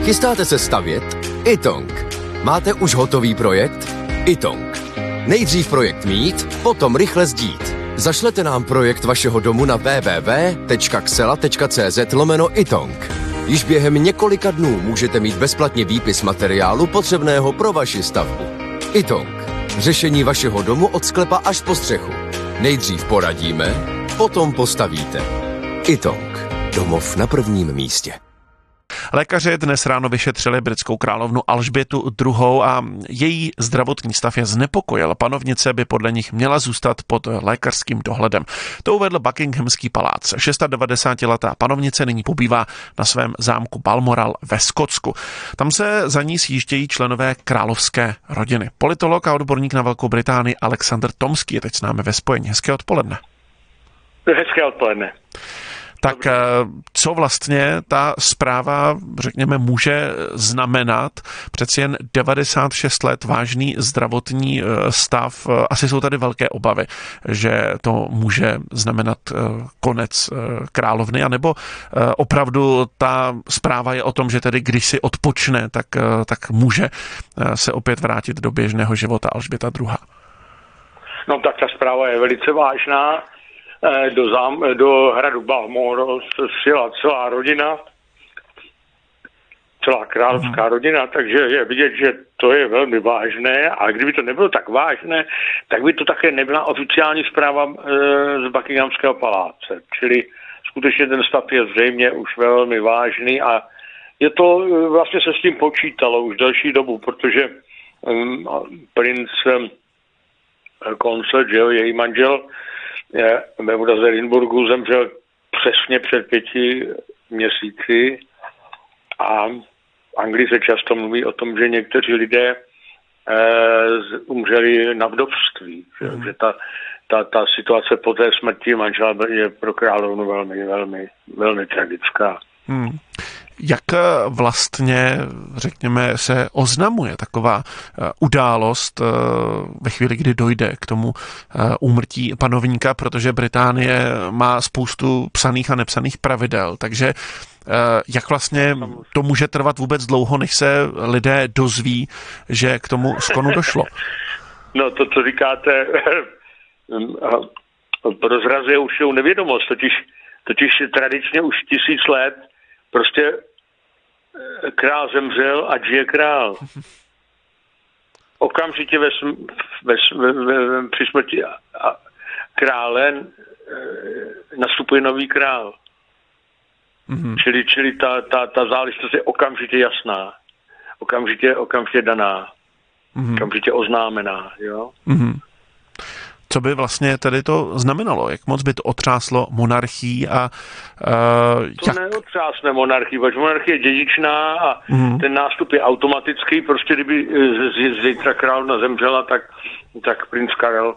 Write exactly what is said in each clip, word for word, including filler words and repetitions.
Chystáte se stavět? Itong. Máte už hotový projekt? Itong. Nejdřív projekt mít, potom rychle sdít. Zašlete nám projekt vašeho domu na w w w tečka xela tečka c z lomeno Itong. Již během několika dnů můžete mít bezplatně výpis materiálu potřebného pro vaši stavbu. Itong. Řešení vašeho domu od sklepa až po střechu. Nejdřív poradíme, potom postavíte. Itong. Domov na prvním místě. Lékaři dnes ráno vyšetřili britskou královnu Alžbětu druhou. a její zdravotní stav je znepokojil. Panovnice by podle nich měla zůstat pod lékařským dohledem. To uvedl Buckinghamský palác. devadesátšestiletá panovnice nyní pobývá na svém zámku Balmoral ve Skotsku. Tam se za ní sjíždějí členové královské rodiny. Politolog a odborník na Velkou Británii Alexander Tomský je teď s námi ve spojení. Hezké odpoledne. Hezké odpoledne. Tak co vlastně ta zpráva, řekněme, může znamenat? Přeci jen devadesát šest let, vážný zdravotní stav. Asi jsou tady velké obavy, že to může znamenat konec královny, anebo opravdu ta zpráva je o tom, že tedy když si odpočne, tak, tak může se opět vrátit do běžného života Alžběta druhá. No tak ta zpráva je velice vážná. Do, zám, do hradu Balmoral sjela celá rodina, celá královská rodina, takže je vidět, že to je velmi vážné, a kdyby to nebylo tak vážné, tak by to také nebyla oficiální zpráva e, z Buckinghamského paláce. Čili skutečně ten stav je zřejmě už velmi vážný a je to, vlastně se s tím počítalo už delší dobu, protože um, princ um, Consort, že jo, její manžel, ve Edinburghu zemřel přesně před pěti měsíci a v Anglii se často mluví o tom, že někteří lidé eh, umřeli na vdovství. Že, mm. že ta, ta, ta situace po té smrti manžela je pro královnu velmi, velmi, velmi tragická. Mm. Jak vlastně, řekněme, se oznamuje taková událost ve chvíli, kdy dojde k tomu úmrtí panovníka, protože Británie má spoustu psaných a nepsaných pravidel, takže jak vlastně to může trvat vůbec dlouho, než se lidé dozví, že k tomu skonu došlo? No to, co říkáte, prozrazuje určitou nevědomost, totiž, totiž tradičně už tisíc let prostě král zemřel a žije král. Okamžitě ve, ve, ve, ve, při smrti a, a krále e, nastupuje nový král. Mm-hmm. Čili, čili ta, ta, ta záležitost je okamžitě jasná. Okamžitě, okamžitě daná. Mm-hmm. Okamžitě oznámená. Jo? Mm-hmm. Co by vlastně tedy to znamenalo? Jak moc by to otřáslo monarchií a uh, to jak... neotřásne monarchii, protože monarchie je dědičná a mm. ten nástup je automatický. Prostě kdyby zítra královna zemřela, tak, tak princ Karel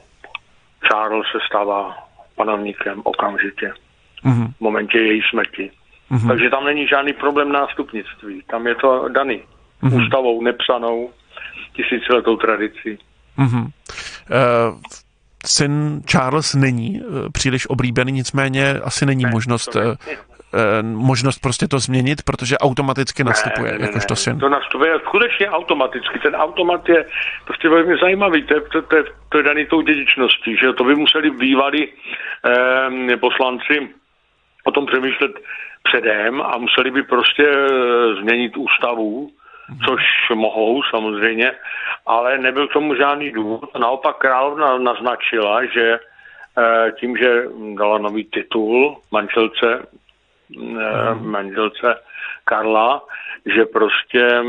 Charles se stává panovníkem okamžitě. Mm. V momentě její smrti. Mm. Takže tam není žádný problém nástupnictví. Tam je to daný. Mm. Ústavou nepsanou tisíciletou tradicí. Mm-hmm. Uh, syn Charles není uh, příliš oblíbený, nicméně asi není ne, možnost uh, uh, možnost prostě to změnit, protože automaticky nastupuje, ne, ne, jakožto syn. To nastupuje skutečně automaticky. Ten automat je prostě velmi zajímavý. To je, to, to je, to je daný tou dědičností, že to by museli bývalí eh, poslanci o tom přemýšlet předem a museli by prostě změnit ústavu, což mohou samozřejmě, ale nebyl tomu žádný důvod. Naopak královna naznačila, že tím, že dala nový titul manželce, mm. manželce Karla, že prostě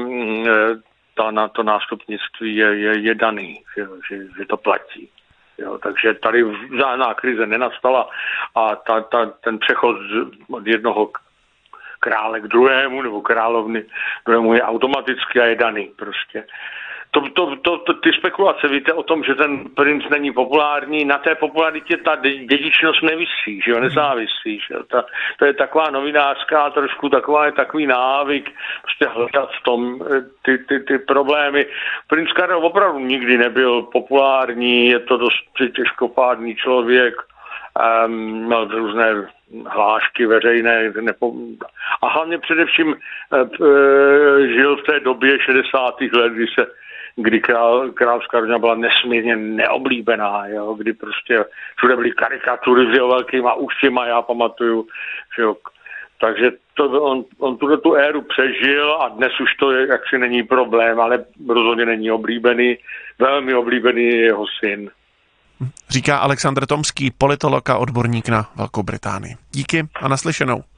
ta, na to nástupnictví je, je, je daný, že, že, že to platí. Jo, takže tady žádná krize nenastala a ta, ta, ten přechod od jednoho krále k druhému nebo královny druhému je automaticky a je daný prostě. To, to, to, to, ty spekulace, víte o tom, že ten princ není populární, na té popularitě ta dědičnost nevisí, že jo, nezávisí, že jo. Ta, to je taková novinářská trošku, taková je takový návyk prostě hledat v tom ty, ty, ty problémy. Princ Karel opravdu nikdy nebyl populární, je to dost těžkopádný člověk, um, měl různé hlášky veřejné. Nepo... A hlavně především e, e, žil v té době šedesátých let, kdy se kdy král, královská rodina byla nesmírně neoblíbená, jo, kdy prostě všude byly karikatury s jeho velkýma ušima, já pamatuju, že jo. Takže to, on, on tuto tu éru přežil a dnes už to je, jaksi není problém, ale rozhodně není oblíbený. Velmi oblíbený je jeho syn. Říká Alexandr Tomský, politolog a odborník na Velkou Británii. Díky a naslyšenou.